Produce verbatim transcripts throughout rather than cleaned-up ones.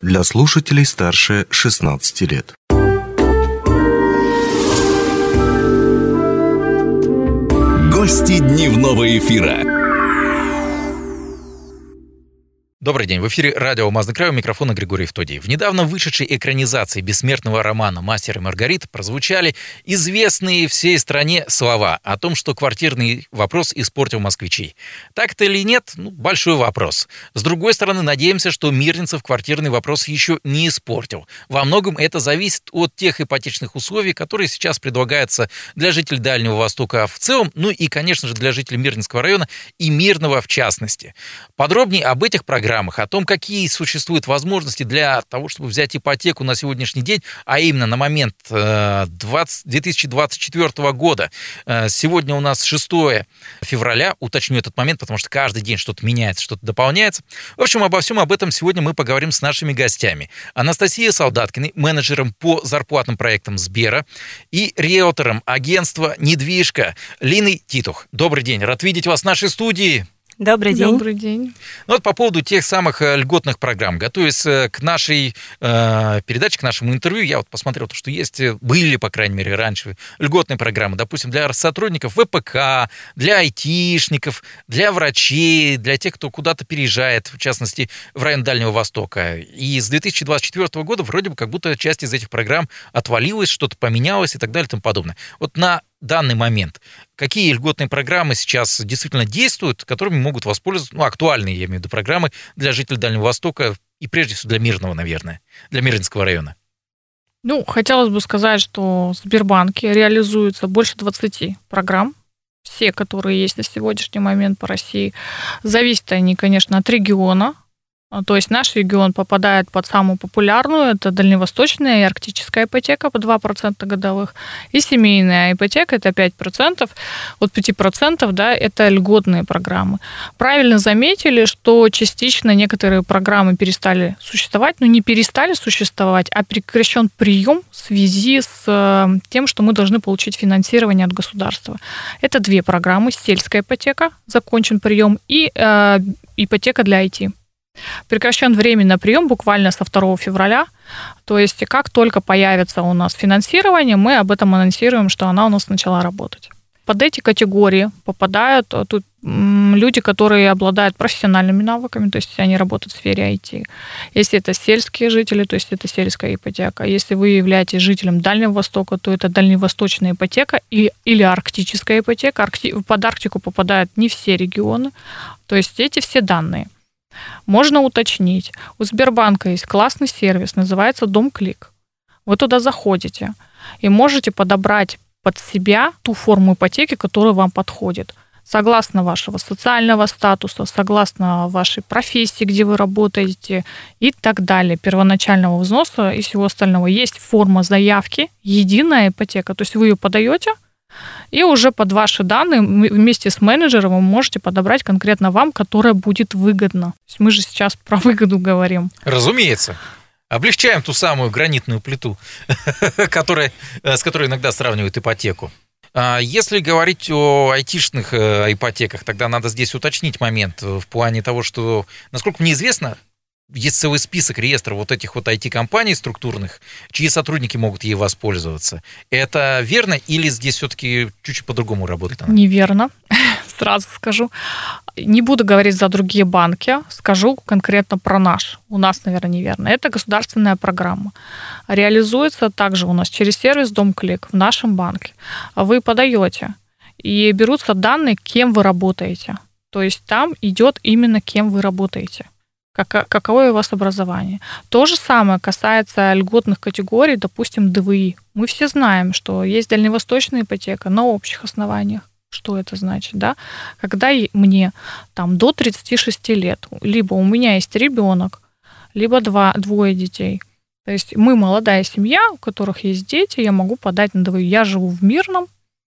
Для слушателей старше шестнадцати лет. Гости дневного эфира. Добрый день. В эфире радио «Алмазный край», у микрофона Григорий Евтодий. В недавно вышедшей экранизации бессмертного романа «Мастер и Маргарита» прозвучали известные всей стране слова о том, что квартирный вопрос испортил москвичей. Так это или нет? Ну, большой вопрос. С другой стороны, надеемся, что Мирнинцев квартирный вопрос еще не испортил. Во многом это зависит от тех ипотечных условий, которые сейчас предлагаются для жителей Дальнего Востока в целом, ну и, конечно же, для жителей Мирнинского района и Мирного в частности. Подробнее об этих программах, о том, какие существуют возможности для того, чтобы взять ипотеку на сегодняшний день, а именно на момент две тысячи двадцать четвёртого года. Сегодня у нас шестое февраля, уточню этот момент, потому что каждый день что-то меняется, что-то дополняется. В общем, обо всем об этом сегодня мы поговорим с нашими гостями. Анастасия Солдаткиной, менеджером по зарплатным проектам Сбера, и риэлтором агентства «Недвижка» Линой Титух. Добрый день, рад видеть вас в нашей студии. Добрый день. Добрый день. Ну вот по поводу тех самых льготных программ. Готовясь к нашей э, передаче, к нашему интервью, я вот посмотрел, то, что есть, были, по крайней мере, раньше льготные программы, допустим, для сотрудников вэ пэ ка, для айтишников, для врачей, для тех, кто куда-то переезжает, в частности, в район Дальнего Востока. И с две тысячи двадцать четвёртого года вроде бы как будто часть из этих программ отвалилась, что-то поменялось и так далее и тому подобное. Вот на данный момент какие льготные программы сейчас действительно действуют, которыми могут воспользоваться, ну, актуальные, я имею в виду, программы для жителей Дальнего Востока и, прежде всего, для Мирного, наверное, для Мирнинского района? Ну, хотелось бы сказать, что в Сбербанке реализуется больше двадцати программ, все, которые есть на сегодняшний момент по России. Зависят они, конечно, от региона. То есть наш регион попадает под самую популярную, это дальневосточная и арктическая ипотека по два процента годовых, и семейная ипотека, это пять процентов, от пяти процентов, да, это льготные программы. Правильно заметили, что частично некоторые программы перестали существовать, но не перестали существовать, а прекращен прием в связи с тем, что мы должны получить финансирование от государства. Это две программы: сельская ипотека, закончен прием, и э, ипотека для ай ти. Прекращен временно прием буквально со второго февраля. То есть как только появится у нас финансирование, мы об этом анонсируем, что она у нас начала работать. Под эти категории попадают тут люди, которые обладают профессиональными навыками, то есть они работают в сфере ай ти. Если это сельские жители, то есть это сельская ипотека. Если вы являетесь жителем Дальнего Востока, то это дальневосточная ипотека и, или арктическая ипотека. Аркти... Под Арктику попадают не все регионы. То есть эти все данные. Можно уточнить. У Сбербанка есть классный сервис, называется «Дом-клик». Вы туда заходите и можете подобрать под себя ту форму ипотеки, которая вам подходит. Согласно вашего социального статуса, согласно вашей профессии, где вы работаете и так далее, первоначального взноса и всего остального. Есть форма заявки, единая ипотека, то есть вы ее подаете, и уже под ваши данные вместе с менеджером вы можете подобрать конкретно вам, которая будет выгодна. То есть мы же сейчас про выгоду говорим. Разумеется. Облегчаем ту самую гранитную плиту, которая, с которой иногда сравнивают ипотеку. Если говорить о айтишных ипотеках, тогда надо здесь уточнить момент в плане того, что, насколько мне известно, есть целый список, реестр вот этих вот ай ти-компаний структурных, чьи сотрудники могут ей воспользоваться. Это верно или здесь все-таки чуть-чуть по-другому работает она? Неверно, сразу скажу. Не буду говорить за другие банки, скажу конкретно про наш. У нас, наверное, неверно. Это государственная программа. Реализуется также у нас через сервис «Дом-клик» в нашем банке. Вы подаете, и берутся данные, кем вы работаете. То есть там идет именно кем вы работаете. Какое у вас образование. То же самое касается льготных категорий, допустим, дэ вэ и. Мы все знаем, что есть дальневосточная ипотека на общих основаниях. Что это значит, да? Когда мне там до тридцати шести лет, либо у меня есть ребенок, либо два, двое детей. То есть мы молодая семья, у которых есть дети, я могу подать на дэ вэ и. Я живу в Мирном,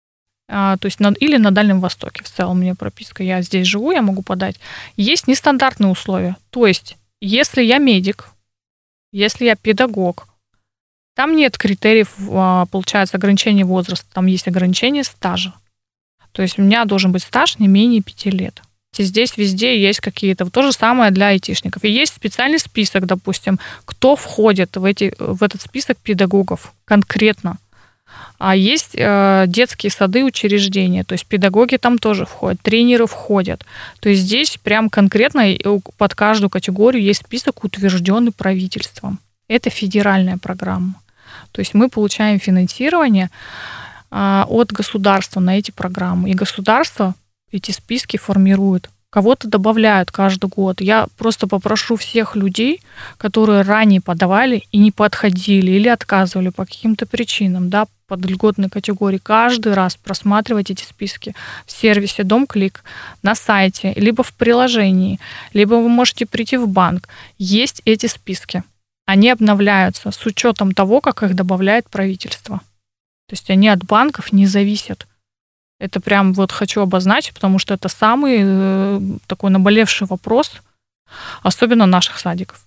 то есть на, или на Дальнем Востоке. В целом у меня прописка. Я здесь живу, я могу подать. Есть нестандартные условия. То есть, если я медик, если я педагог, там нет критериев, получается, ограничения возраста. Там есть ограничение стажа. То есть у меня должен быть стаж не менее пяти лет. здесь везде есть какие-то... То же самое для айтишников. И есть специальный список, допустим, кто входит в, эти, в этот список педагогов конкретно. А есть э, детские сады, учреждения, то есть педагоги там тоже входят, тренеры входят. То есть здесь прям конкретно под каждую категорию есть список, утвержденный правительством. Это федеральная программа. То есть мы получаем финансирование э, от государства на эти программы. И государство эти списки формирует. Кого-то добавляют каждый год. Я просто попрошу всех людей, которые ранее подавали и не подходили или отказывали по каким-то причинам, да, под льготной категории, каждый раз просматривать эти списки в сервисе DomClick, на сайте, либо в приложении, либо вы можете прийти в банк. Есть эти списки. Они обновляются с учетом того, как их добавляет правительство. То есть они от банков не зависят. Это прям вот хочу обозначить, потому что это самый э, такой наболевший вопрос, особенно наших садиков.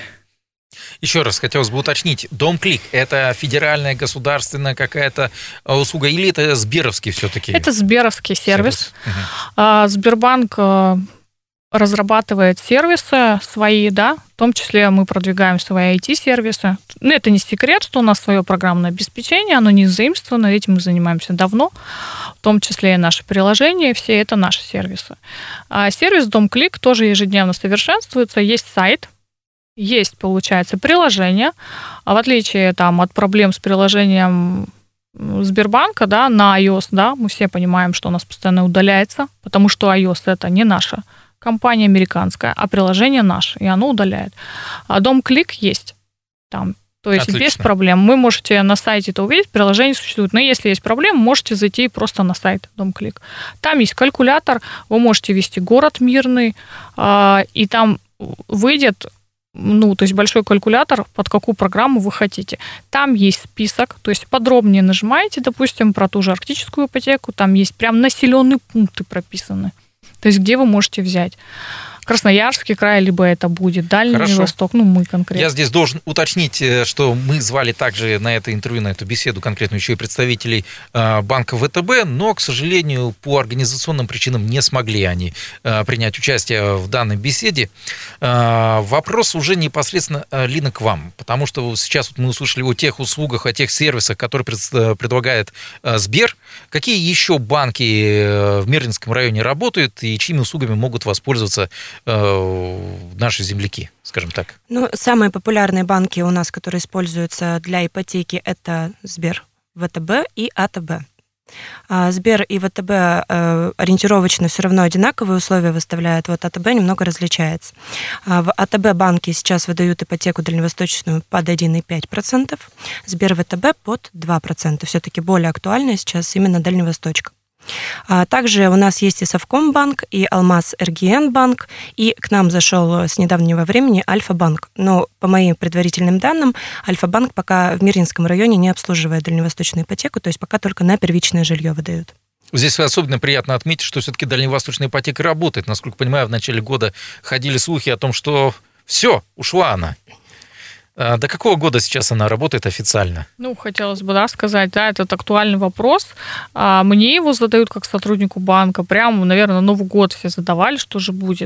Еще раз хотелось бы уточнить. DomClick – это федеральная государственная какая-то услуга или это сберовский все-таки? Это сберовский сервис. сервис. Угу. Сбербанк разрабатывает сервисы свои, да, в том числе мы продвигаем свои ай ти-сервисы. Ну, это не секрет, что у нас свое программное обеспечение, оно не заимствовано, этим мы занимаемся давно, в том числе и наши приложения, все это наши сервисы. А сервис DomClick тоже ежедневно совершенствуется, есть сайт, есть, получается, приложение, а в отличие там, от проблем с приложением Сбербанка, да, на iOS, да, мы все понимаем, что у нас постоянно удаляется, потому что iOS это не наша компания американская, а приложение наше, и оно удаляет. А DomClick есть там, то есть Отлично. Без проблем. Вы можете на сайте это увидеть, приложение существует, но если есть проблемы, можете зайти просто на сайт DomClick. Там есть калькулятор, вы можете ввести город мирный, и там выйдет, ну, то есть большой калькулятор, под какую программу вы хотите. Там есть список, то есть подробнее нажимаете, допустим, про ту же арктическую ипотеку, там есть прям населенные пункты прописаны. То есть где вы можете взять. Красноярский край, либо это будет Дальний Хорошо. Восток, ну, мы конкретно. Я здесь должен уточнить, что мы звали также на это интервью, на эту беседу конкретно еще и представителей банка вэ тэ бэ, но, к сожалению, по организационным причинам не смогли они принять участие в данной беседе. Вопрос уже непосредственно, Лина, к вам, потому что сейчас вот мы услышали о тех услугах, о тех сервисах, которые предлагает Сбер. Какие еще банки в Мирнинском районе работают и чьими услугами могут воспользоваться наши земляки, скажем так? Ну, самые популярные банки у нас, которые используются для ипотеки, это Сбер, вэ тэ бэ и а тэ бэ. Сбер и вэ тэ бэ ориентировочно все равно одинаковые условия выставляют, вот а тэ бэ немного различается. В а тэ бэ банки сейчас выдают ипотеку дальневосточную под один и пять десятых процента, Сбер вэ тэ бэ под два процента. Все-таки более актуальная сейчас именно дальневосточка. Также у нас есть и Совкомбанк, и Алмаз-Эргиен-банк, и к нам зашел с недавнего времени Альфа-банк. Но по моим предварительным данным, Альфа-банк пока в Мирнинском районе не обслуживает дальневосточную ипотеку, то есть пока только на первичное жилье выдают. Здесь особенно приятно отметить, что все-таки дальневосточная ипотека работает. Насколько понимаю, в начале года ходили слухи о том, что все, ушла она. До какого года сейчас она работает официально? Ну, хотелось бы, да, сказать, да, этот актуальный вопрос. Мне его задают как сотруднику банка. Прямо, наверное, Новый год все задавали, что же будет.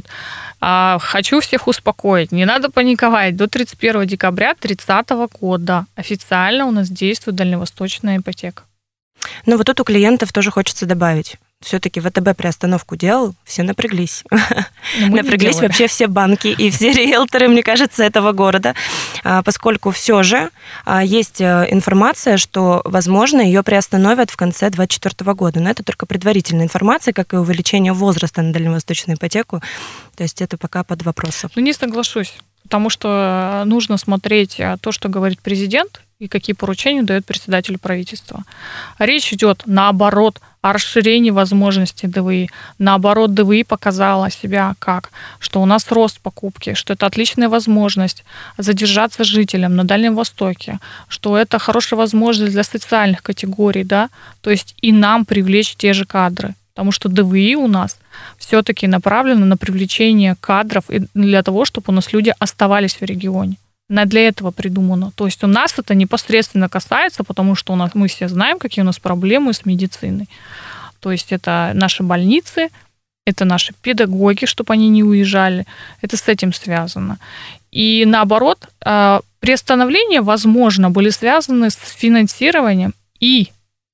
Хочу всех успокоить. Не надо паниковать. До тридцать первого декабря две тысячи тридцатого года официально у нас действует дальневосточная ипотека. Ну, вот тут у клиентов тоже хочется добавить. Все-таки вэ тэ бэ приостановку делал, все напряглись. Напряглись вообще все банки и все риэлторы, мне кажется, этого города, поскольку все же есть информация, что, возможно, ее приостановят в конце двадцать четвёртого года. Но это только предварительная информация, как и увеличение возраста на дальневосточную ипотеку. То есть это пока под вопросом. Ну, не соглашусь, потому что нужно смотреть то, что говорит президент, и какие поручения дает председатель правительства. Речь идет, наоборот, о расширении возможностей дэ вэ и. Наоборот, дэ вэ и показала себя как, что у нас рост покупки, что это отличная возможность задержаться жителям на Дальнем Востоке, что это хорошая возможность для социальных категорий, да, то есть и нам привлечь те же кадры. Потому что дэ вэ и у нас все-таки направлено на привлечение кадров и для того, чтобы у нас люди оставались в регионе. Она для этого придумана. То есть у нас это непосредственно касается, потому что у нас, мы все знаем, какие у нас проблемы с медициной. То есть это наши больницы, это наши педагоги, чтобы они не уезжали. Это с этим связано. И наоборот, приостановления, возможно, были связаны с финансированием и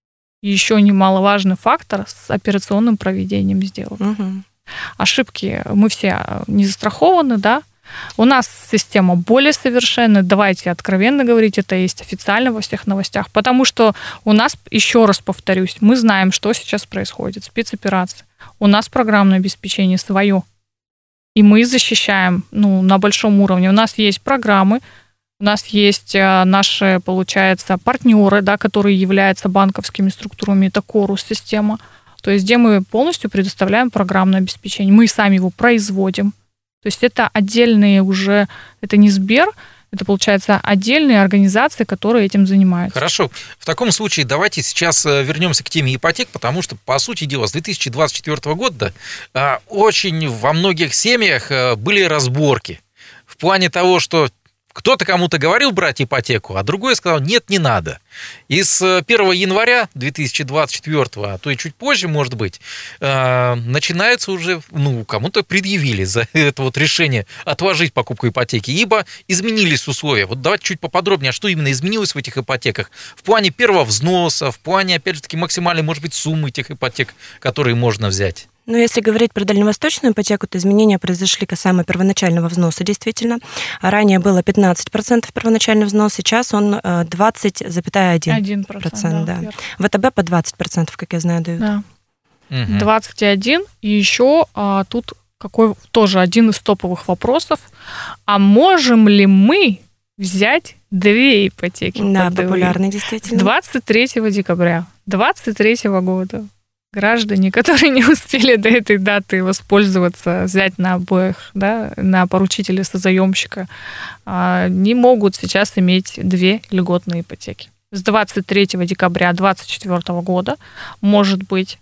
еще немаловажный фактор с операционным проведением сделок. Угу. Ошибки мы все не застрахованы, да. У нас система более совершенная, давайте откровенно говорить, это есть официально во всех новостях, потому что у нас, еще раз повторюсь, мы знаем, что сейчас происходит, спецоперации. У нас программное обеспечение свое, и мы защищаем ну, на большом уровне. У нас есть программы, у нас есть наши, получается, партнеры, да, которые являются банковскими структурами, это Корус-система, то есть где мы полностью предоставляем программное обеспечение, мы сами его производим. То есть это отдельные уже, это не Сбер, это, получается, отдельные организации, которые этим занимаются. Хорошо. В таком случае давайте сейчас вернемся к теме ипотек, потому что, по сути дела, с две тысячи двадцать четвёртого года очень во многих семьях были разборки в плане того, что кто-то кому-то говорил брать ипотеку, а другой сказал, нет, не надо. И с первого января две тысячи двадцать четвёртого, а то и чуть позже, может быть, начинается уже, ну, кому-то предъявили за это вот решение отложить покупку ипотеки, ибо изменились условия. Вот давайте чуть поподробнее, а что именно изменилось в этих ипотеках? В плане первого взноса, в плане, опять же таки, максимальной, может быть, суммы тех ипотек, которые можно взять. Ну, если говорить про дальневосточную ипотеку, то изменения произошли касаемо первоначального взноса, действительно. Ранее было пятнадцать процентов первоначальный взнос, сейчас он двадцать целых один процент. Да. ВТБ по двадцать процентов, как я знаю, дают. Да. Угу. двадцать один, и еще а, тут какой тоже один из топовых вопросов. А можем ли мы взять две ипотеки? Да, популярный, действительно. С двадцать третьего декабря двадцать третьего года. Граждане, которые не успели до этой даты воспользоваться, взять на обоих, да, на поручителя созаемщика, не могут сейчас иметь две льготные ипотеки. С двадцать третьего декабря двадцать четвёртого года может быть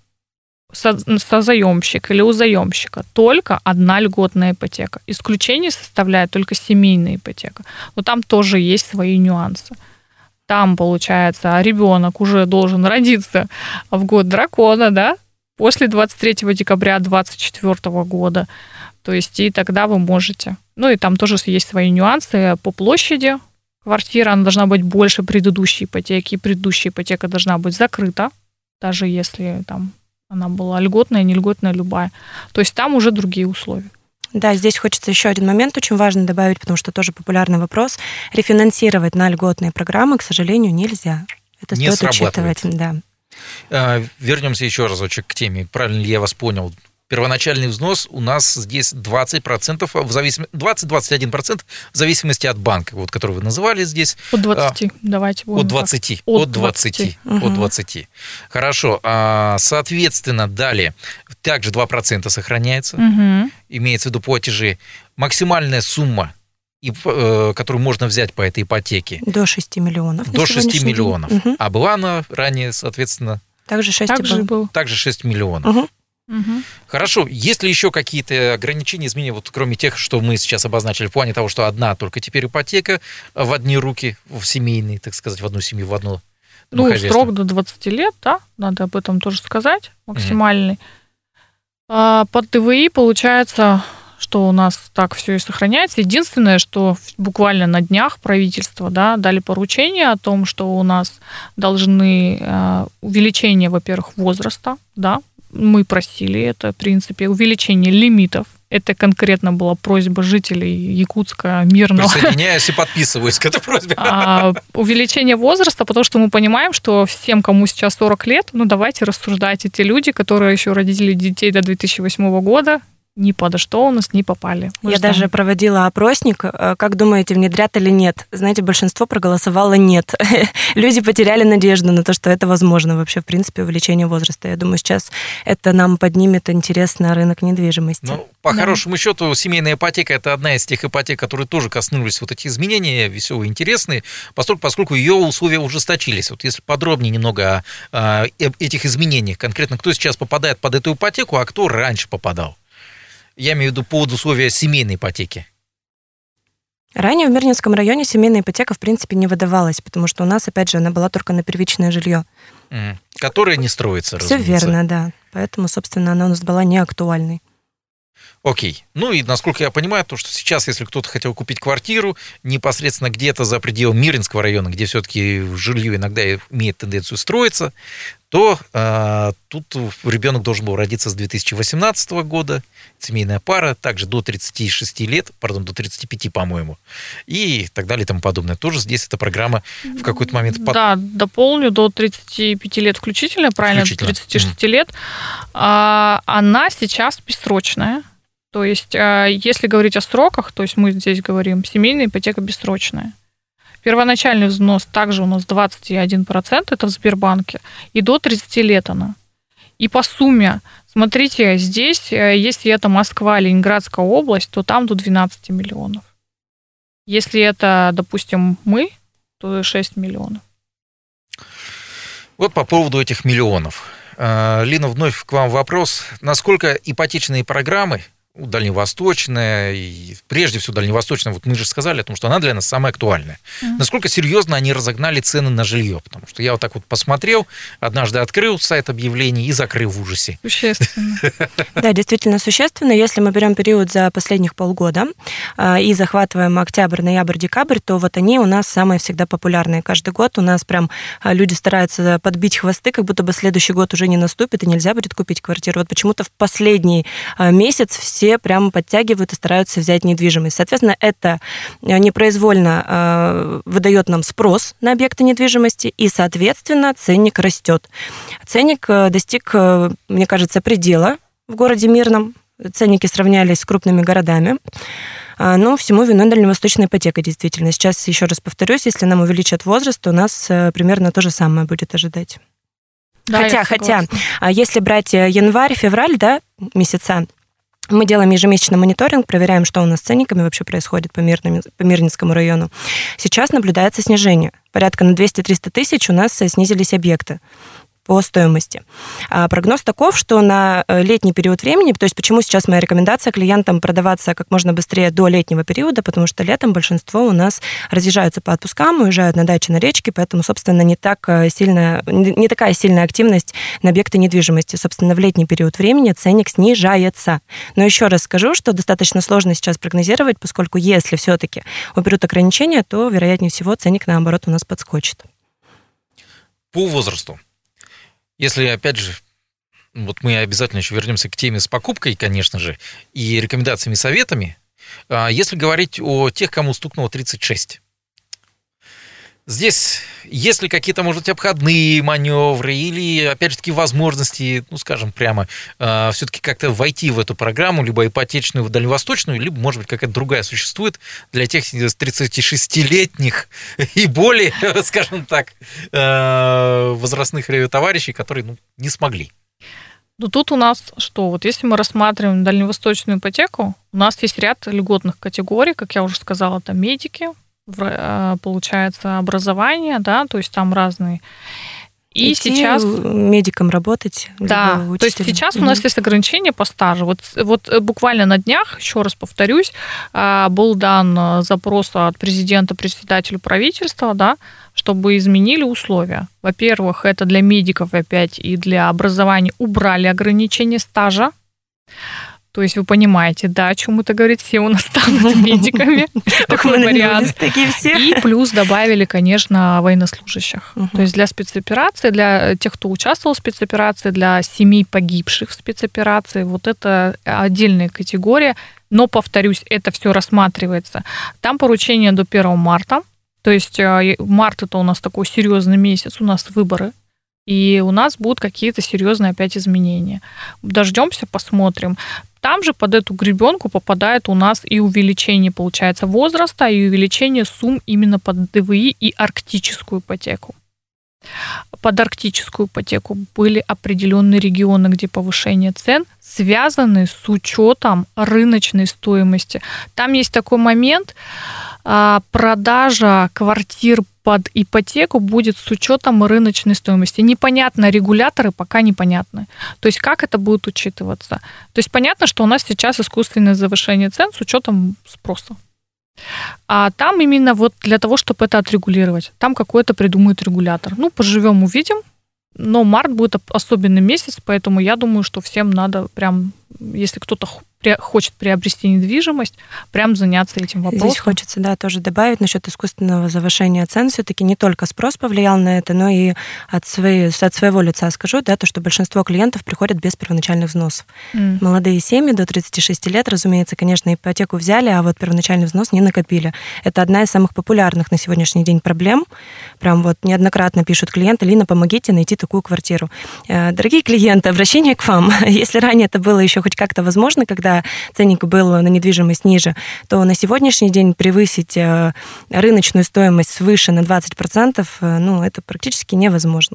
созаемщик или у заемщика только одна льготная ипотека. Исключение составляет только семейная ипотека. Но там тоже есть свои нюансы. Там, получается, ребенок уже должен родиться в год дракона, да, после двадцать третьего декабря двадцать четвёртого года. То есть и тогда вы можете. Ну и там тоже есть свои нюансы по площади. Квартира, она должна быть больше предыдущей ипотеки, и предыдущая ипотека должна быть закрыта, даже если там она была льготная, не льготная, любая. То есть там уже другие условия. Да, здесь хочется еще один момент очень важно добавить, потому что тоже популярный вопрос. Рефинансировать на льготные программы, к сожалению, нельзя. Это не стоит учитывать. Да. Вернемся еще разочек к теме. Правильно ли я вас понял? Первоначальный взнос у нас здесь двадцать процентов, в зависимости, двадцать-двадцать один процент в зависимости от банка, вот, который вы называли здесь. От двадцати, а, давайте будем От двадцати, так. От от двадцати, угу. от двадцати. Хорошо, а, соответственно, далее также два процента сохраняется, угу. имеется в виду платежи. Максимальная сумма, и, э, которую можно взять по этой ипотеке. До шести миллионов. До шести миллионов. Угу. А была она ранее, соответственно... Также шесть также было. Также шесть миллионов. Угу. Угу. Хорошо, есть ли еще какие-то ограничения, изменения, вот кроме тех, что мы сейчас обозначили, в плане того, что одна только теперь ипотека в одни руки, в семейные, так сказать, в одну семью, в одно домохозяйство? Ну, срок до двадцати лет, да, надо об этом тоже сказать, максимальный. Mm. Под ТВИ получается, что у нас так все и сохраняется. Единственное, что буквально на днях правительство, да, дали поручение о том, что у нас должны увеличение, во-первых, возраста, да, мы просили это, в принципе, увеличение лимитов. Это конкретно была просьба жителей Якутска мирного. Присоединяюсь и подписываюсь к этой просьбе. А, увеличение возраста, потому что мы понимаем, что всем, кому сейчас сорок лет, ну давайте рассуждать, эти люди, которые еще родили детей до две тысячи восьмого года, ни подо что у нас не попали. Мы Я ждем. даже проводила опросник. Как думаете, внедрят или нет? Знаете, большинство проголосовало нет. Люди потеряли надежду на то, что это возможно вообще, в принципе, увеличение возраста. Я думаю, сейчас это нам поднимет интерес на рынок недвижимости. Ну, по да. хорошему счету, семейная ипотека – это одна из тех ипотек, которые тоже коснулись вот эти изменения, веселые, интересные, поскольку, поскольку ее условия ужесточились. Вот если подробнее немного о, о этих изменениях, конкретно кто сейчас попадает под эту ипотеку, а кто раньше попадал? Я имею в виду под условия семейной ипотеки. Ранее в Мирнинском районе семейная ипотека, в принципе, не выдавалась, потому что у нас, опять же, она была только на первичное жилье. Mm. Которое не строится, Все разумеется. верно, да. Поэтому, собственно, она у нас была не актуальной. Окей. Ну и, насколько я понимаю, то, что сейчас, если кто-то хотел купить квартиру непосредственно где-то за пределом Мирнинского района, где все-таки жилье иногда имеет тенденцию строиться, то э, тут ребенок должен был родиться с две тысячи восемнадцатого года, семейная пара, также до тридцати шести лет, пардон, до тридцати пяти, по-моему, и так далее и тому подобное. Тоже здесь эта программа в какой-то момент... Под... Да, дополню, до тридцати пяти лет включительно, правильно, Включительно. до тридцати шести mm. лет. А, она сейчас бессрочная. То есть, если говорить о сроках, то есть мы здесь говорим, семейная ипотека бессрочная. Первоначальный взнос также у нас двадцать один процент, это в Сбербанке, и до тридцати лет она. И по сумме, смотрите, здесь, если это Москва, Ленинградская область, то там до двенадцати миллионов. Если это, допустим, мы, то шесть миллионов. Вот по поводу этих миллионов. Лина, вновь к вам вопрос. Насколько ипотечные программы, дальневосточная, и прежде всего дальневосточная, вот мы же сказали о том, что она для нас самая актуальная. Mm-hmm. Насколько серьезно они разогнали цены на жилье? Потому что я вот так вот посмотрел, однажды открыл сайт объявлений и закрыл в ужасе. Существенно. Да, действительно существенно. Если мы берем период за последних полгода и захватываем октябрь, ноябрь, декабрь, то вот они у нас самые всегда популярные. Каждый год у нас прям люди стараются подбить хвосты, как будто бы следующий год уже не наступит и нельзя будет купить квартиру. Вот почему-то в последний месяц все все прямо подтягивают и стараются взять недвижимость. Соответственно, это непроизвольно выдает нам спрос на объекты недвижимости, и, соответственно, ценник растет. Ценник достиг, мне кажется, предела в городе Мирном. Ценники сравнялись с крупными городами. Но всему виной дальневосточная ипотека, действительно. Сейчас, еще раз повторюсь, если нам увеличат возраст, то у нас примерно то же самое будет ожидать. Да, хотя, хотя, если брать январь, февраль, да, месяца, мы делаем ежемесячный мониторинг, проверяем, что у нас с ценниками вообще происходит по, Мирным, по Мирнинскому району. Сейчас наблюдается снижение. Порядка на двести-триста тысяч у нас снизились объекты по стоимости. А прогноз таков, что на летний период времени, то есть почему сейчас моя рекомендация клиентам продаваться как можно быстрее до летнего периода, потому что летом большинство у нас разъезжаются по отпускам, уезжают на дачи, на речки, поэтому, собственно, не, так сильно, не такая сильная активность на объекты недвижимости. Собственно, в летний период времени ценник снижается. Но еще раз скажу, что достаточно сложно сейчас прогнозировать, поскольку если все-таки уберут ограничения, то, вероятнее всего, ценник, наоборот, у нас подскочит. По возрасту. Если, опять же, вот мы обязательно еще вернемся к теме с покупкой, конечно же, и рекомендациями, советами. Если говорить о тех, кому стукнуло тридцать шесть. Здесь есть ли какие-то, может быть, обходные маневры или, опять же таки, возможности, ну, скажем прямо, все-таки как-то войти в эту программу, либо ипотечную, дальневосточную, либо, может быть, какая-то другая существует для тех тридцатишестилетних и более, скажем так, возрастных товарищей, которые, ну, не смогли? Ну, тут у нас что? Вот если мы рассматриваем дальневосточную ипотеку, у нас есть ряд льготных категорий, как я уже сказала, это медики, получается, образование, да, то есть там разные. И идти сейчас медиком работать. Да, то есть сейчас mm-hmm. у нас есть ограничения по стажу. Вот, вот буквально на днях, еще раз повторюсь, был дан запрос от президента, председателю правительства, да, чтобы изменили условия. Во-первых, это для медиков опять и для образования убрали ограничения стажа. То есть вы понимаете, да, о чем это говорит, все у нас станут медиками. Такой вариант. И плюс добавили, конечно, военнослужащих. То есть для спецоперации, для тех, кто участвовал в спецоперации, для семей погибших в спецоперации, вот это отдельная категория. Но, повторюсь, это все рассматривается. Там поручение до первого марта. То есть март это у нас такой серьезный месяц, у нас выборы. И у нас будут какие-то серьезные опять изменения. Дождемся, посмотрим. Там же под эту гребенку попадает у нас и увеличение, получается, возраста, и увеличение сумм именно под ДВИ и арктическую ипотеку. Под арктическую ипотеку были определенные регионы, где повышение цен связаны с учетом рыночной стоимости. Там есть такой момент, продажа квартир под ипотеку будет с учетом рыночной стоимости. Непонятно, регуляторы пока непонятны. То есть как это будет учитываться? То есть понятно, что у нас сейчас искусственное завышение цен с учетом спроса. А там именно вот для того, чтобы это отрегулировать. Там какой-то придумают регулятор. Ну, поживем, увидим. Но март будет особенный месяц, поэтому я думаю, что всем надо прям, если кто-то хочет приобрести недвижимость, прям заняться этим вопросом. Здесь хочется, да, тоже добавить насчет искусственного завышения цен. Все-таки не только спрос повлиял на это, но и от, своей, от своего лица скажу, да, то, что большинство клиентов приходят без первоначальных взносов. Mm. Молодые семьи до тридцати шести лет, разумеется, конечно, ипотеку взяли, а вот первоначальный взнос не накопили. Это одна из самых популярных на сегодняшний день проблем. Прям вот неоднократно пишут клиенты: Лина, помогите найти такую квартиру. Дорогие клиенты, обращение к вам. Если ранее это было еще хоть как-то возможно, когда ценник был на недвижимость ниже, то на сегодняшний день превысить рыночную стоимость свыше на двадцать процентов, ну, это практически невозможно.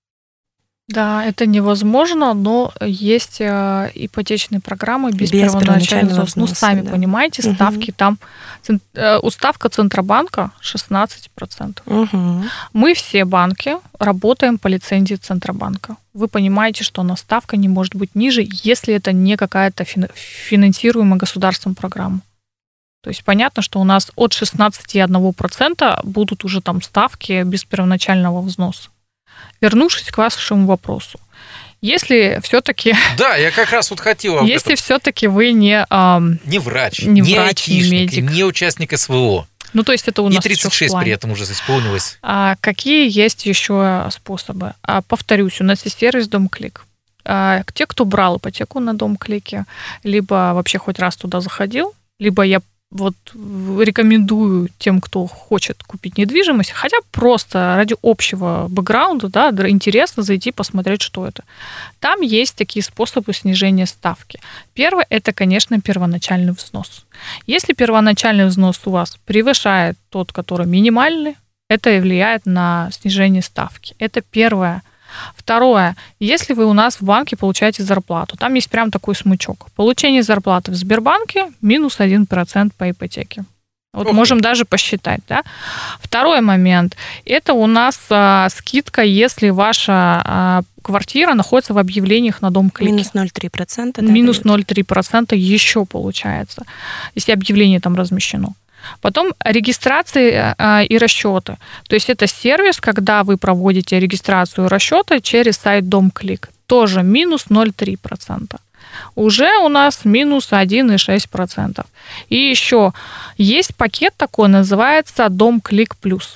Да, это невозможно, но есть э, ипотечные программы без, без первоначального взноса. Ну, сами да. понимаете, ставки угу. там... Э, уставка Центробанка шестнадцать процентов. Угу. Мы все банки работаем по лицензии Центробанка. Вы понимаете, что на ставка не может быть ниже, если это не какая-то финансируемая государством программа. То есть понятно, что у нас от шестнадцать целых одна десятая процента будут уже там ставки без первоначального взноса. Вернувшись к вашему вопросу, если все-таки... Да, я как раз вот хотел... Если все-таки вы не... Эм, не врач, не, не врач, айтишник, не медик. Не участник СВО. Ну, то есть это у и нас тридцать шесть при этом уже исполнилось. А какие есть еще способы? А, повторюсь, у нас есть сервис DomClick. А, те, кто брал ипотеку на DomClick, либо вообще хоть раз туда заходил, либо я вот рекомендую тем, кто хочет купить недвижимость, хотя просто ради общего бэкграунда, да, интересно зайти посмотреть, что это. Там есть такие способы снижения ставки. Первое – это, конечно, первоначальный взнос. Если первоначальный взнос у вас превышает тот, который минимальный, это и влияет на снижение ставки. Это первое. Второе. Если вы у нас в банке получаете зарплату, там есть прям такой смычок. Получение зарплаты в Сбербанке минус один процент по ипотеке. Вот Ох. можем даже посчитать. Да? Второй момент. Это у нас а, скидка, если ваша а, квартира находится в объявлениях на DomClick. Минус ноль целых три десятых процента. Минус ноль целых три десятых процента еще получается, если объявление там размещено. Потом регистрации и расчеты. То есть это сервис, когда вы проводите регистрацию и расчеты через сайт DomClick. Тоже минус ноль целых три десятых процента. Уже у нас минус один целых шесть десятых процента. И еще есть пакет такой, называется DomClick Plus.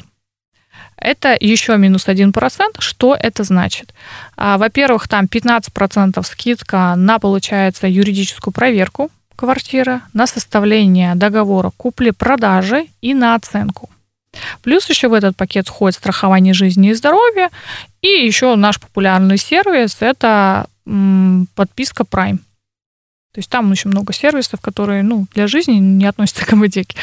Это еще минус один процент. Что это значит? Во-первых, там пятнадцать процентов скидка на, получается, юридическую проверку квартиры, на составление договора купли-продажи и на оценку. Плюс еще в этот пакет входит страхование жизни и здоровья, и еще наш популярный сервис – это м, подписка Prime. То есть там очень много сервисов, которые ну, для жизни не относятся к ипотеке.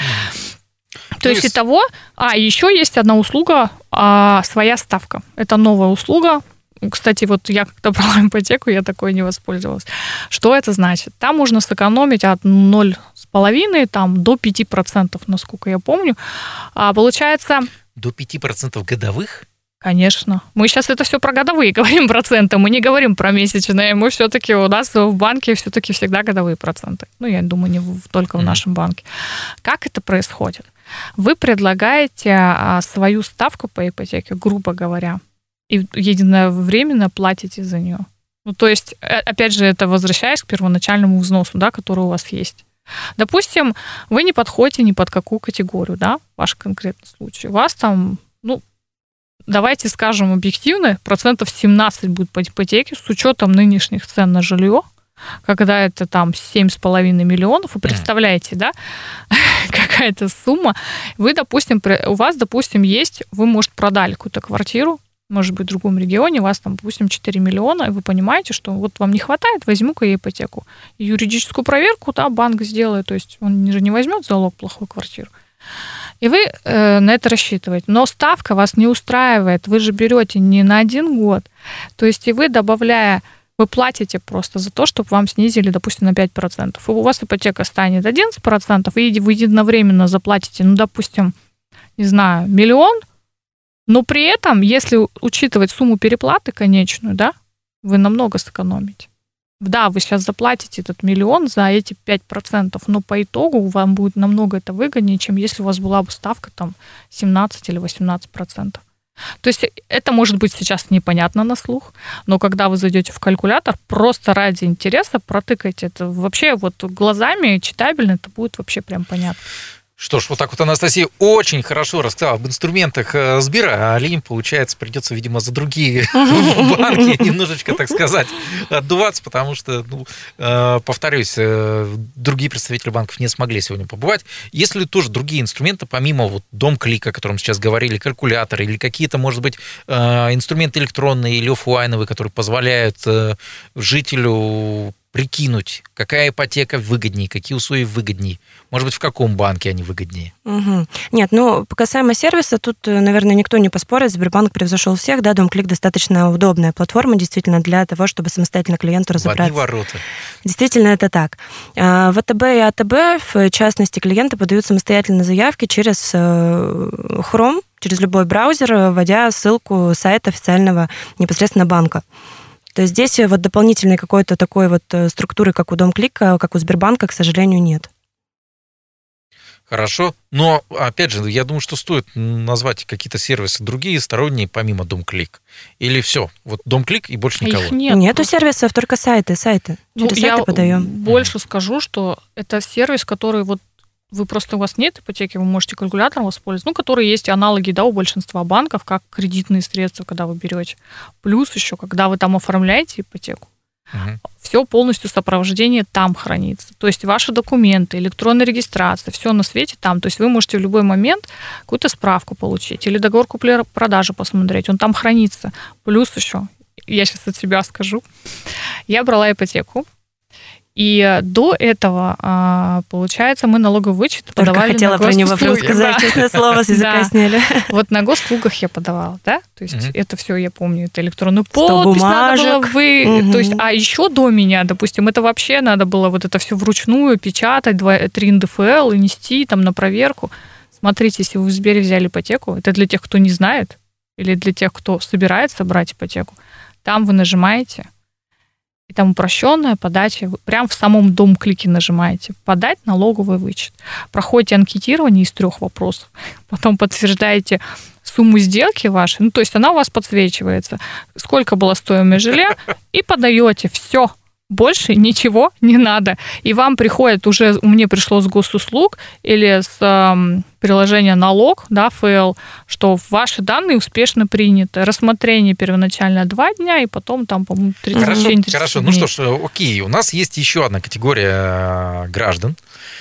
То, То есть, есть итого, а еще есть одна услуга, а, своя ставка. Это новая услуга. Кстати, вот я когда брала ипотеку, я такой не воспользовалась. Что это значит? Там можно сэкономить от ноль целых пять десятых там, до пяти процентов, насколько я помню. А получается... До пяти процентов годовых? Конечно. Мы сейчас это все про годовые говорим проценты, мы не говорим про месячные. Мы все-таки, у нас в банке все-таки всегда годовые проценты. Ну, я думаю, не в, только в mm-hmm. нашем банке. Как это происходит? Вы предлагаете свою ставку по ипотеке, грубо говоря, и единовременно платите за нее. Ну, то есть, опять же, это возвращаясь к первоначальному взносу, да, который у вас есть. Допустим, вы не подходите ни под какую категорию, да, ваш конкретный случай. У вас там, ну, давайте скажем объективно, процентов семнадцать будет по ипотеке с учетом нынешних цен на жилье, когда это там семь с половиной миллионов, вы представляете, да, какая-то сумма. Вы, допустим, у вас, допустим, есть, вы, может, продали какую-то квартиру, может быть, в другом регионе, у вас там, допустим, четыре миллиона, и вы понимаете, что вот вам не хватает, возьму-ка я ипотеку. И юридическую проверку, да, банк сделает, то есть он же не возьмет залог плохую квартиру. И вы э, на это рассчитываете. Но ставка вас не устраивает, вы же берете не на один год. То есть и вы, добавляя, вы платите просто за то, чтобы вам снизили, допустим, на пять процентов. И у вас ипотека станет одиннадцать процентов, и вы единовременно заплатите, ну, допустим, не знаю, миллион, но при этом, если учитывать сумму переплаты конечную, да, вы намного сэкономите. Да, вы сейчас заплатите этот миллион за эти пять процентов, но по итогу вам будет намного это выгоднее, чем если у вас была бы ставка там семнадцать или восемнадцать процентов. То есть это может быть сейчас непонятно на слух, но когда вы зайдете в калькулятор, просто ради интереса протыкайте это. Вообще вот глазами читабельно это будет вообще прям понятно. Что ж, вот так вот Анастасия очень хорошо рассказала об инструментах Сбера, а Алине, получается, придется, видимо, за другие банки немножечко, так сказать, отдуваться, потому что, ну, повторюсь, другие представители банков не смогли сегодня побывать. Есть ли тоже другие инструменты, помимо вот Дом-клика, о котором сейчас говорили, калькуляторы, или какие-то, может быть, инструменты электронные или офлайновые, которые позволяют жителю прикинуть, какая ипотека выгоднее, какие условия выгоднее, может быть, в каком банке они выгоднее? Угу. Нет, ну, касаемо сервиса, тут, наверное, никто не поспорит, Сбербанк превзошел всех, да, Дом-клик достаточно удобная платформа, действительно, для того, чтобы самостоятельно клиенту разобраться. В одни ворота. Действительно, это так. В ВТБ и АТБ, в частности, клиенты подают самостоятельно заявки через Chrome, через любой браузер, вводя ссылку сайта официального непосредственно банка. То есть здесь вот дополнительной какой-то такой вот структуры, как у Дом-клика, как у Сбербанка, к сожалению, нет. Хорошо, но, опять же, я думаю, что стоит назвать какие-то сервисы другие, сторонние, помимо Дом-клик. Или все, вот Дом-клик и больше никого? Их нет. Нету сервисов, только сайты, сайты. Через Ну, сайты я подаем. больше скажу, что это сервис, который вот вы просто, у вас нет ипотеки, вы можете калькулятором воспользоваться, ну, которые есть аналоги, да, у большинства банков, как кредитные средства, когда вы берете. Плюс еще, когда вы там оформляете ипотеку, угу. все полностью сопровождение там хранится. То есть ваши документы, электронная регистрация, все на свете там. То есть вы можете в любой момент какую-то справку получить или договор купли-продажи посмотреть, он там хранится. Плюс еще, я сейчас от себя скажу, я брала ипотеку, и до этого, получается, мы налоговый вычет Только подавали хотела на про него прям госуслуги. сказать, Да. честное слово, с языка Да. сняли. Вот на госуслугах я подавала, да? То есть Мгм. это все я помню, это электронную Сто подпись надо было бумажек. вы... Мгм. То есть, а еще до меня, допустим, это вообще надо было вот это все вручную печатать, два, три эн дэ эф эл и нести там на проверку. Смотрите, если вы в Сбере взяли ипотеку, это для тех, кто не знает, или для тех, кто собирается брать ипотеку, там вы нажимаете, и там упрощенная подача, вы прям в самом Дом-клике нажимаете «Подать налоговый вычет». Проходите анкетирование из трех вопросов, потом подтверждаете сумму сделки вашей, ну, то есть она у вас подсвечивается, сколько была стоимость жилья, и подаете все. Больше ничего не надо. И вам приходит уже, мне пришло с госуслуг или с э, приложения налог, да, эф эл, что ваши данные успешно приняты. Рассмотрение первоначально два дня, и потом там, по-моему, тридцать Хорошо, тридцать хорошо. дней. Ну что ж, окей, у нас есть еще одна категория граждан,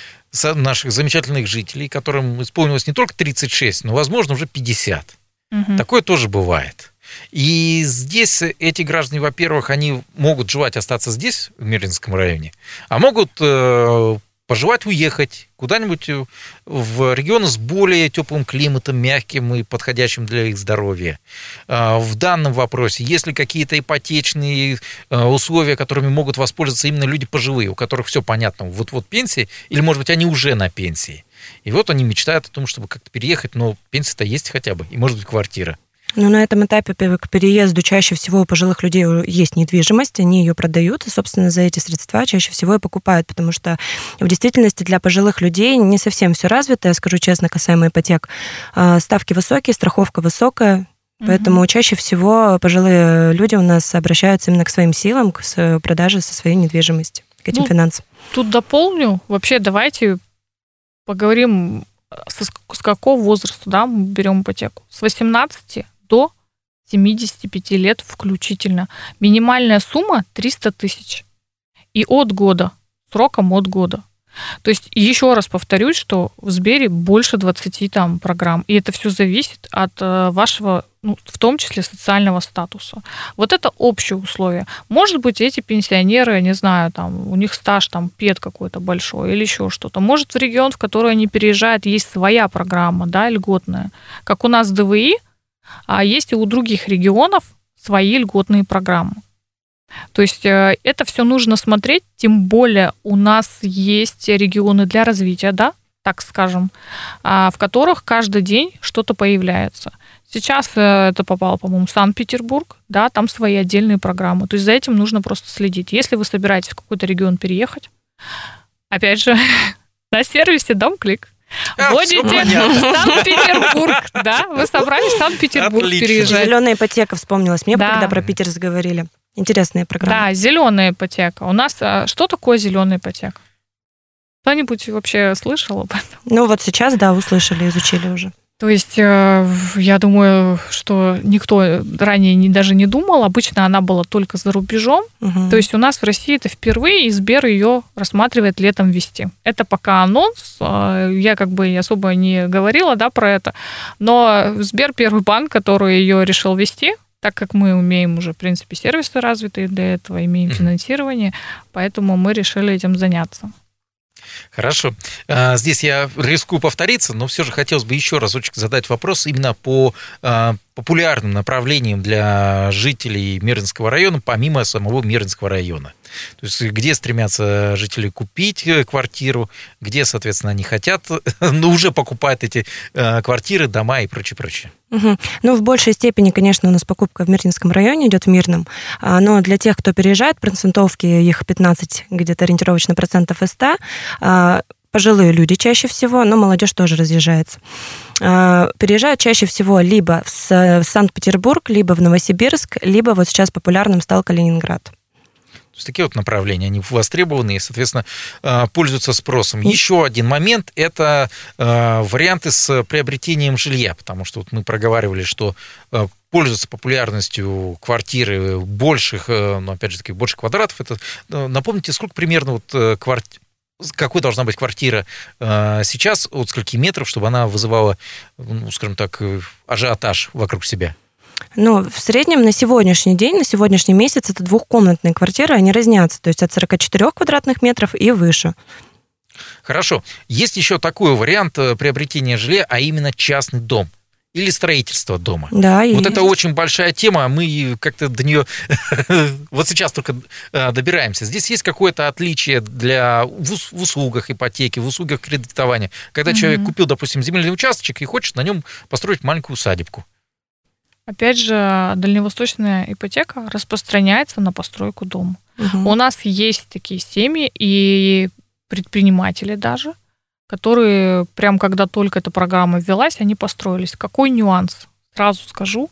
наших замечательных жителей, которым исполнилось не только тридцать шесть, но, возможно, уже пятьдесят. Угу. Такое тоже бывает. И здесь эти граждане, во-первых, они могут желать остаться здесь, в Мерлинском районе, а могут э, пожелать уехать куда-нибудь в регионы с более теплым климатом, мягким и подходящим для их здоровья. Э, в данном вопросе, есть ли какие-то ипотечные э, условия, которыми могут воспользоваться именно люди пожилые, у которых все понятно, вот-вот пенсии, или, может быть, они уже на пенсии. И вот они мечтают о том, чтобы как-то переехать, но пенсия-то есть хотя бы, и, может быть, квартира. Ну, на этом этапе к переезду чаще всего у пожилых людей есть недвижимость, они ее продают, и, собственно, за эти средства чаще всего и покупают, потому что в действительности для пожилых людей не совсем все развито, я скажу честно, касаемо ипотек. Ставки высокие, страховка высокая, поэтому угу. чаще всего пожилые люди у нас обращаются именно к своим силам, к продаже со своей недвижимости, к этим ну, финансам. Тут дополню, вообще давайте поговорим, с какого возраста, да, мы берем ипотеку. С восемнадцати до семидесяти пяти лет включительно. Минимальная сумма триста тысяч. И от года, сроком от года. То есть еще раз повторюсь, что в Сбере больше двадцати там программ. И это все зависит от вашего, ну, в том числе, социального статуса. Вот это общее условие. Может быть, эти пенсионеры, я не знаю, там, у них стаж там пед какой-то большой или еще что-то. Может, в регион, в который они переезжают, есть своя программа, да, льготная. Как у нас дэ вэ и, а есть и у других регионов свои льготные программы. То есть это все нужно смотреть, тем более у нас есть регионы для развития, да, так скажем, в которых каждый день что-то появляется. Сейчас это попало, по-моему, в Санкт-Петербург, да, там свои отдельные программы. То есть за этим нужно просто следить. Если вы собираетесь в какой-то регион переехать, опять же, на сервисе «Дом-клик». А, вводите Санкт-Петербург, да, вы собрались в Санкт-Петербург Отлично. переезжать. Зеленая ипотека вспомнилась мне, Да. когда про Питер заговорили. Интересные программы. Да, зеленая ипотека. У нас а, что такое зеленая ипотека? Кто-нибудь вообще слышал об этом? Ну вот сейчас, да, услышали, изучили уже. То есть, э, я думаю, что никто ранее не, даже не думал. Обычно она была только за рубежом. Угу. То есть у нас в России это впервые, и Сбер ее рассматривает летом ввести. Это пока анонс. э, Я как бы особо не говорила, да, про это. Но Сбер первый банк, который ее решил ввести, так как мы умеем уже, в принципе, сервисы развитые для этого, имеем финансирование, поэтому мы решили этим заняться. Хорошо. А, Здесь я рискую повториться, но все же хотелось бы еще разочек задать вопрос именно по а, популярным направлениям для жителей Мирнинского района, помимо самого Мирнинского района. То есть где стремятся жители купить квартиру, где, соответственно, они хотят, но уже покупают эти а, квартиры, дома и прочее, прочее. Угу. Ну, в большей степени, конечно, у нас покупка в Мирнинском районе идет, в Мирном, А, но для тех, кто переезжает, процентовки, их пятнадцать где-то ориентировочно процентов из ста, а, пожилые люди чаще всего, но молодежь тоже разъезжается. А, переезжают чаще всего либо в С- в Санкт-Петербург, либо в Новосибирск, либо вот сейчас популярным стал Калининград. То есть такие вот направления, они востребованы и, соответственно, пользуются спросом. Еще один момент – это варианты с приобретением жилья, потому что вот мы проговаривали, что пользуются популярностью квартиры больших, ну, опять же таки, больше квадратов. Это, напомните, сколько примерно вот квартир, какой должна быть квартира сейчас, от скольки метров, чтобы она вызывала, ну, скажем так, ажиотаж вокруг себя? Ну, в среднем на сегодняшний день, на сегодняшний месяц это двухкомнатные квартиры, они разнятся, то есть от сорок четыре квадратных метров и выше. Хорошо. Есть еще такой вариант приобретения жилья, а именно частный дом или строительство дома. Да, Вот есть. это очень большая тема, мы как-то до нее вот сейчас только добираемся. Здесь есть какое-то отличие для в услугах ипотеки, в услугах кредитования, когда человек купил, допустим, земельный участочек и хочет на нем построить маленькую усадебку. Опять же, дальневосточная ипотека распространяется на постройку дома. Угу. У нас есть такие семьи и предприниматели даже, которые прям когда только эта программа ввелась, они построились. Какой нюанс? Сразу скажу.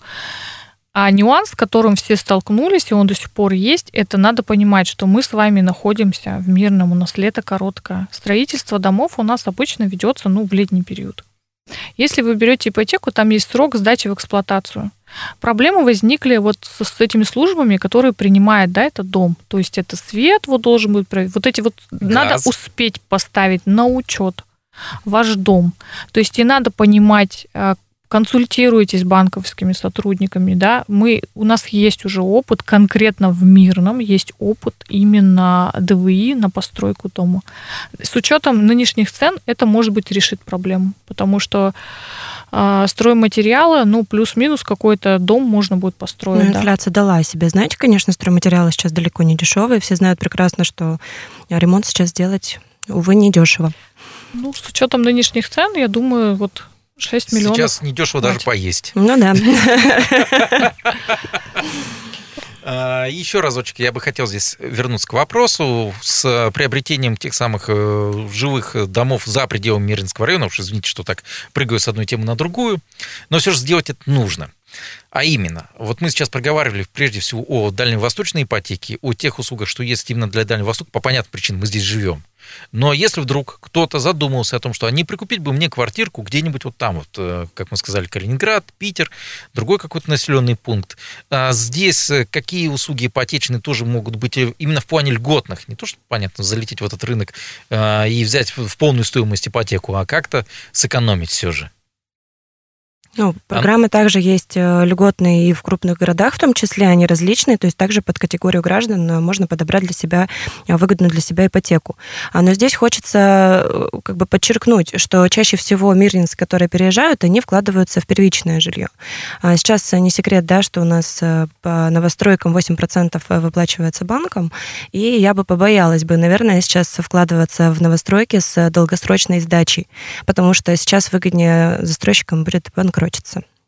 А нюанс, с которым все столкнулись, и он до сих пор есть, это надо понимать, что мы с вами находимся в Мирном, у нас лето короткое. Строительство домов у нас обычно ведется, ну, в летний период. Если вы берете ипотеку, там есть срок сдачи в эксплуатацию. Проблемы возникли вот с, с этими службами, которые принимают, да, этот дом. То есть это свет вот должен быть, вот эти вот Газ. Надо успеть поставить на учет ваш дом. То есть и надо понимать, консультируйтесь с банковскими сотрудниками, да, мы, у нас есть уже опыт, конкретно в Мирном есть опыт именно ДВИ на постройку дома. С учетом нынешних цен это, может быть, решит проблему, потому что э, стройматериалы, ну, плюс-минус какой-то дом можно будет построить. Ну, да. инфляция дала о себе. Знаете, конечно, стройматериалы сейчас далеко не дешевые, все знают прекрасно, что ремонт сейчас делать, увы, не дешево. Ну, с учетом нынешних цен, я думаю, вот шесть миллионов. Сейчас недешево даже поесть. Ну да. Еще разочек я бы хотел здесь вернуться к вопросу с приобретением тех самых жилых домов за пределами Мирнинского района. Уж извините, что так прыгаю с одной темы на другую, но все же сделать это нужно. А именно, вот мы сейчас проговаривали прежде всего о дальневосточной ипотеке, о тех услугах, что есть именно для Дальнего Востока, по понятным причинам, мы здесь живем. Но если вдруг кто-то задумался о том, что а не прикупить бы мне квартирку где-нибудь вот там, вот, как мы сказали, Калининград, Питер, другой какой-то населенный пункт, а здесь какие услуги ипотечные тоже могут быть именно в плане льготных, не то, что, понятно, залететь в этот рынок а, и взять в полную стоимость ипотеку, а как-то сэкономить все же. Ну, программы а... также есть льготные и в крупных городах, в том числе они различные, то есть также под категорию граждан можно подобрать для себя выгодную для себя ипотеку. Но здесь хочется как бы подчеркнуть, что чаще всего мирнинцы, которые переезжают, они вкладываются в первичное жилье. Сейчас не секрет, да, что у нас по новостройкам восемь процентов выплачивается банком, и я бы побоялась бы, наверное, сейчас вкладываться в новостройки с долгосрочной сдачей, потому что сейчас выгоднее застройщикам будет банкротиться.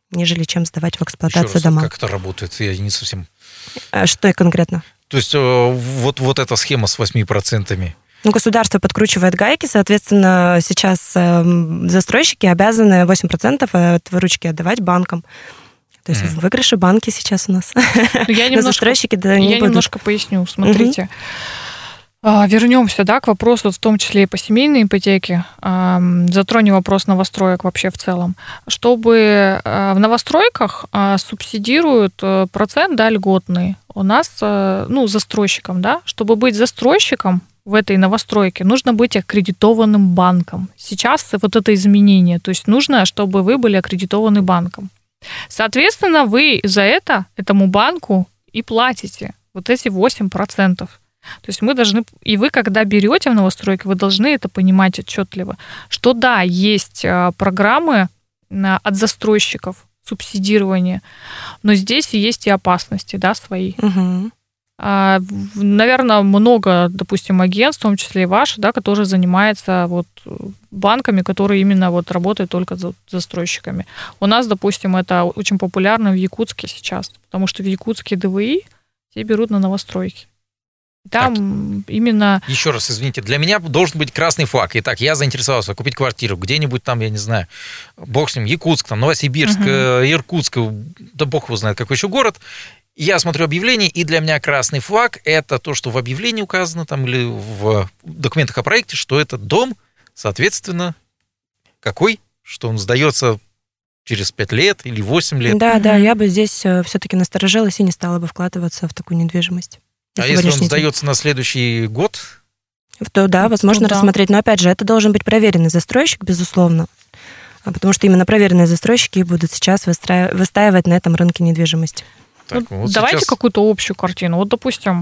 нежели чем сдавать в эксплуатацию Еще раз, дома. как это работает? Я не совсем... А что конкретно? То есть вот, вот эта схема с восемь процентов. Ну, государство подкручивает гайки, соответственно, сейчас застройщики обязаны восемь процентов от выручки отдавать банкам. То есть mm. в выигрыше банки сейчас у нас. Я немножко, застройщики, да, не я будут. немножко поясню. Смотрите. Mm-hmm. Вернемся, да, к вопросу, в том числе и по семейной ипотеке. Затронем вопрос новостроек вообще в целом. Чтобы в новостройках субсидируют процент, да, льготный. У нас, ну, застройщикам, да, чтобы быть застройщиком в этой новостройке, нужно быть аккредитованным банком. Сейчас вот это изменение. То есть нужно, чтобы вы были аккредитованы банком. Соответственно, вы за это этому банку и платите вот эти восемь процентов. То есть мы должны, и вы, когда берете в новостройке, вы должны это понимать отчетливо, что да, есть программы от застройщиков субсидирования, но здесь есть и опасности, да, свои. Угу. Наверное, много, допустим, агентств, в том числе и ваше, да, которые занимаются вот банками, которые именно вот работают только с застройщиками. У нас, допустим, это очень популярно в Якутске сейчас, потому что в Якутске ДВИ все берут на новостройки. Там так, именно... Еще раз, извините, для меня должен быть красный флаг. Итак, я заинтересовался купить квартиру где-нибудь там, я не знаю, бог с ним, Якутск, там, Новосибирск, угу. Иркутск, да бог его знает, какой еще город. Я смотрю объявление, и для меня красный флаг – это то, что в объявлении указано там или в документах о проекте, что это дом, соответственно, какой, что он сдается через пять лет или восемь лет. Да, да, я бы здесь все-таки насторожилась и не стала бы вкладываться в такую недвижимость. А если он сдается на следующий год? То да, возможно, то, рассмотреть. Да. Но опять же, это должен быть проверенный застройщик, безусловно. Потому что именно проверенные застройщики будут сейчас выстраив... выстаивать на этом рынке недвижимости. Так, ну, вот давайте сейчас... какую-то общую картину. Вот, допустим,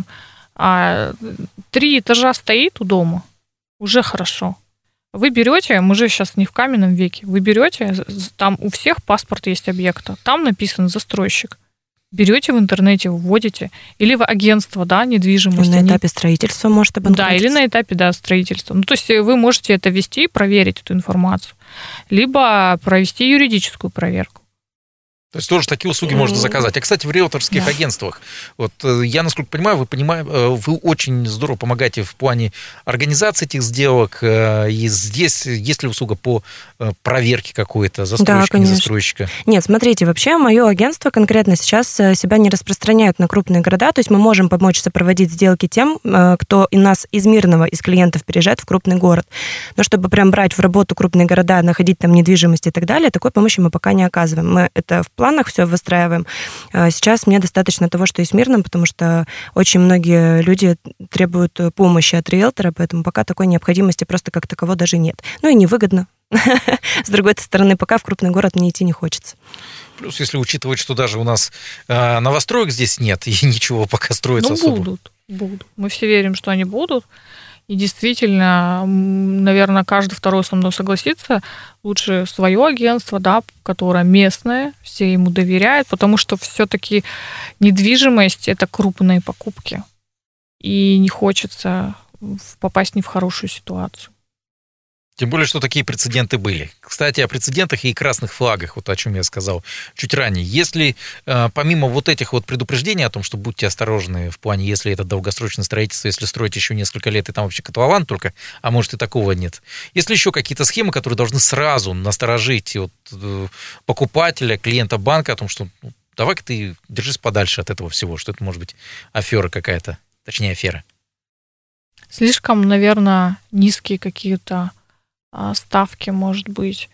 три этажа стоит у дома, уже хорошо. Вы берете, мы же сейчас не в каменном веке, вы берете, там у всех паспорт есть объекта, там написан застройщик. Берете в интернете, вводите, или в агентство, да, недвижимости. На этапе строительства может обанкротиться. Да, или на этапе, да, строительства. Ну, то есть вы можете это ввести, проверить эту информацию, либо провести юридическую проверку. То есть тоже такие услуги можно заказать. А, кстати, в риэлторских да. агентствах, вот я, насколько понимаю, вы, понимаете, вы очень здорово помогаете в плане организации этих сделок. И здесь есть ли услуга по проверке какой-то застройщика, да, не застройщика? Нет, смотрите, вообще мое агентство конкретно сейчас себя не распространяет на крупные города, то есть мы можем помочь сопроводить сделки тем, кто у нас из Мирного, из клиентов переезжает в крупный город. Но чтобы прям брать в работу крупные города, находить там недвижимость и так далее, такой помощи мы пока не оказываем. Мы это в планах все выстраиваем. Сейчас мне достаточно того, что есть в Мирном, потому что очень многие люди требуют помощи от риэлтора, поэтому пока такой необходимости просто как таково даже нет. Ну и невыгодно. С другой стороны, пока в крупный город мне идти не хочется. Плюс, если учитывать, что даже у нас э, новостроек здесь нет, и ничего пока строится ну, особо. будут, будут. Мы все верим, что они будут. И действительно, наверное, каждый второй со мной согласится, лучше свое агентство, да, которое местное, все ему доверяют, потому что все-таки недвижимость – это крупные покупки. И не хочется попасть не в хорошую ситуацию. Тем более, что такие прецеденты были. Кстати, о прецедентах и красных флагах, вот о чем я сказал чуть ранее. Если э, помимо вот этих вот предупреждений о том, что будьте осторожны в плане, если это долгосрочное строительство, если строить еще несколько лет, и там вообще котлован только, а может и такого нет. Если еще какие-то схемы, которые должны сразу насторожить вот, э, покупателя, клиента банка о том, что ну, давай-ка ты держись подальше от этого всего, что это может быть афера какая-то, точнее афера. Слишком, наверное, низкие какие-то ставки, может быть,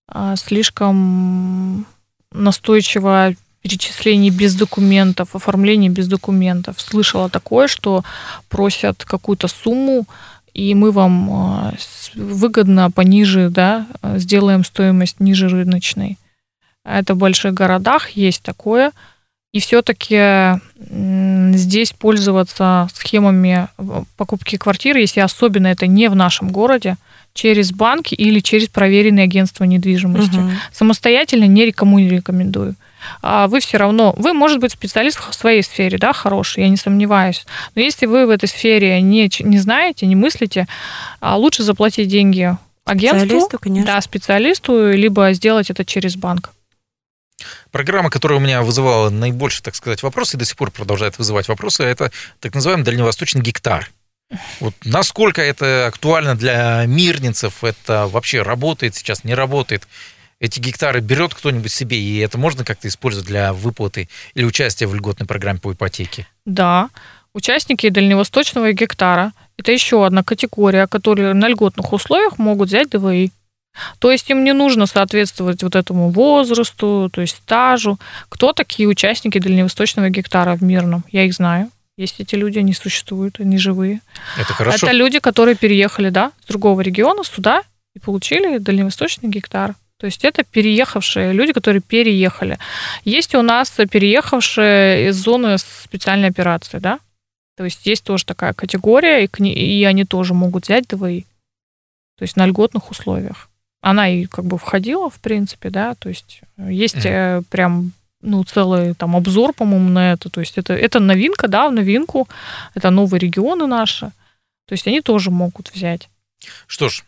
слишком настойчивое перечисление без документов, оформление без документов. Слышала такое, что просят какую-то сумму, и мы вам выгодно пониже, да, сделаем стоимость ниже рыночной. Это в больших городах есть такое. И все-таки здесь пользоваться схемами покупки квартиры, если особенно это не в нашем городе, через банки или через проверенные агентства недвижимости. Угу. Самостоятельно не никому не рекомендую. А вы все равно, вы, может быть, специалист в своей сфере, да, хороший, я не сомневаюсь. Но если вы в этой сфере не, не знаете, не мыслите, лучше заплатить деньги агентству, специалисту, конечно. Да, специалисту, либо сделать это через банк. Программа, которая у меня вызывала наибольшие, так сказать, вопросы, и до сих пор продолжает вызывать вопросы, это так называемый дальневосточный гектар. Вот насколько это актуально для мирнинцев, это вообще работает сейчас, не работает? Эти гектары берет кто-нибудь себе, и это можно как-то использовать для выплаты или участия в льготной программе по ипотеке? Да, участники дальневосточного гектара – это еще одна категория, которые на льготных условиях могут взять ДВИ. То есть им не нужно соответствовать вот этому возрасту, то есть стажу. Кто такие участники дальневосточного гектара в Мирном? Я их знаю. Есть эти люди, они существуют, они живые. Это хорошо. Это люди, которые переехали, да, с другого региона сюда и получили дальневосточный гектар. То есть это переехавшие люди, которые переехали. Есть у нас переехавшие из зоны специальной операции, да? То есть есть тоже такая категория, и, и они тоже могут взять ДВИ. То есть на льготных условиях. Она и как бы входила, в принципе, да, то есть есть mm-hmm. прям... ну, целый там обзор, по-моему, на это. То есть это, это новинка, да, в новинку. Это новые регионы наши. То есть они тоже могут взять. Что ж,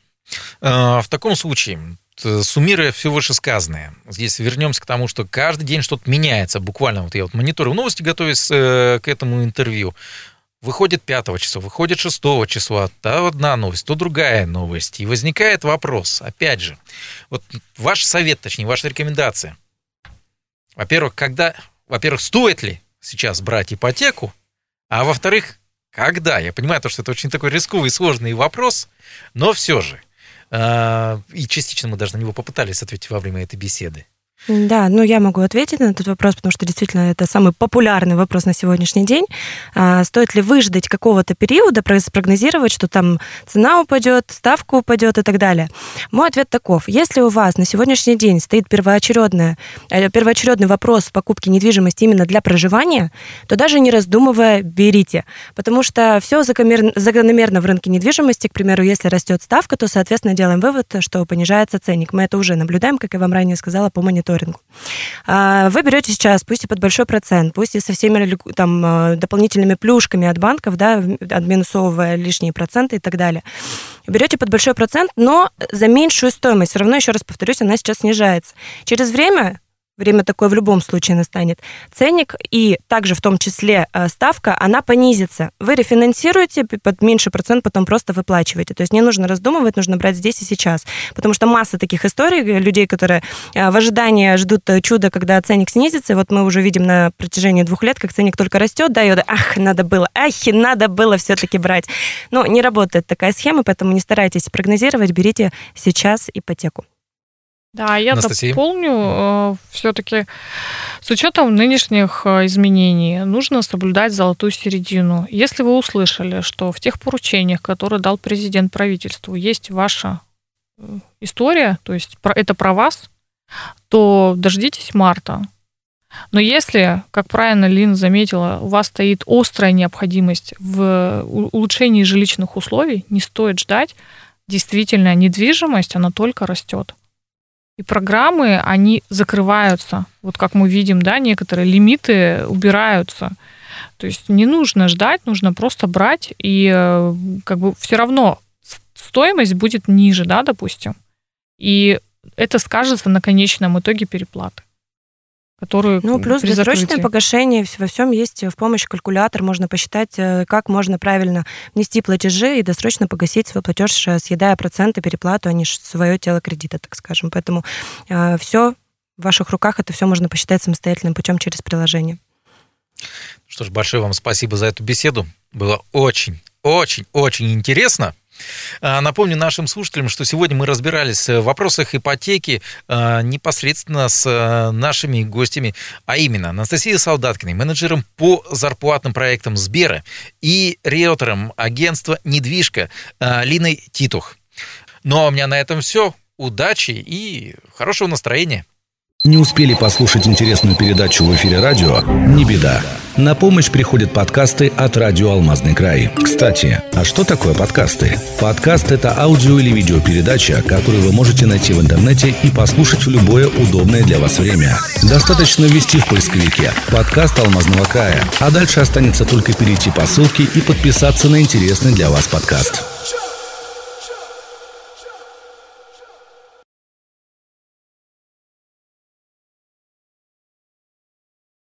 в таком случае, суммируя все вышесказанное, здесь вернемся к тому, что каждый день что-то меняется. Буквально вот я вот мониторил новости, готовясь к этому интервью. Выходит пятого числа, выходит шестого числа, то одна новость, то другая новость. И возникает вопрос, опять же, вот ваш совет, точнее, ваша рекомендация. Во-первых, когда, во-первых, стоит ли сейчас брать ипотеку, а во-вторых, когда? Я понимаю, что это очень такой рисковый и сложный вопрос, но все же, э, и частично мы даже на него попытались ответить во время этой беседы. Да, ну я могу ответить на этот вопрос, потому что действительно это самый популярный вопрос на сегодняшний день. А, стоит ли выждать какого-то периода, спрогнозировать, что там цена упадет, ставка упадет и так далее? Мой ответ таков. Если у вас на сегодняшний день стоит первоочередный, первоочередный вопрос в покупке недвижимости именно для проживания, то даже не раздумывая берите. Потому что все закономерно в рынке недвижимости. К примеру, если растет ставка, то, соответственно, делаем вывод, что понижается ценник. Мы это уже наблюдаем, как я вам ранее сказала, по мониторингу. Вы берете сейчас, пусть и под большой процент, пусть и со всеми там дополнительными плюшками от банков, да, отминусовывая лишние проценты и так далее. Берете под большой процент, но за меньшую стоимость. Все равно, еще раз повторюсь, она сейчас снижается. Через время... Время такое в любом случае настанет. Ценник и также в том числе ставка, она понизится. Вы рефинансируете под меньший процент, потом просто выплачиваете. То есть не нужно раздумывать, нужно брать здесь и сейчас. Потому что масса таких историй, людей, которые в ожидании ждут чуда, когда ценник снизится. И вот мы уже видим на протяжении двух лет, как ценник только растет, да, и вот, ах, надо было, ах, надо было все-таки брать. Но не работает такая схема, поэтому не старайтесь прогнозировать, берите сейчас ипотеку. Да, я дополню, все-таки с учетом нынешних изменений нужно соблюдать золотую середину. Если вы услышали, что в тех поручениях, которые дал президент правительству, есть ваша история, то есть это про вас, то дождитесь марта. Но если, как правильно Лина заметила, у вас стоит острая необходимость в улучшении жилищных условий, не стоит ждать. Действительно, недвижимость, она только растет. И программы, они закрываются. Вот как мы видим, да, некоторые лимиты убираются. То есть не нужно ждать, нужно просто брать, и как бы все равно стоимость будет ниже, да, допустим. И это скажется на конечном итоге переплаты, которые Ну, плюс бессрочное погашение, во всем есть в помощь калькулятор, можно посчитать, как можно правильно внести платежи и досрочно погасить свой платеж, съедая проценты, переплату, а не свое тело кредита, так скажем. Поэтому э, все в ваших руках, это все можно посчитать самостоятельным путем через приложение. Что ж, большое вам спасибо за эту беседу. Было очень, очень, очень интересно. Напомню нашим слушателям, что сегодня мы разбирались в вопросах ипотеки непосредственно с нашими гостями, а именно Анастасией Солдаткиной, менеджером по зарплатным проектам Сбера, и риэлтором агентства «Недвижка» Линой Титух. Ну а у меня на этом все. Удачи и хорошего настроения. Не успели послушать интересную передачу в эфире радио? Не беда. На помощь приходят подкасты от радио «Алмазный край». Кстати, а что такое подкасты? Подкаст – это аудио- или видеопередача, которую вы можете найти в интернете и послушать в любое удобное для вас время. Достаточно ввести в поисковике «Подкаст Алмазного края», а дальше останется только перейти по ссылке и подписаться на интересный для вас подкаст.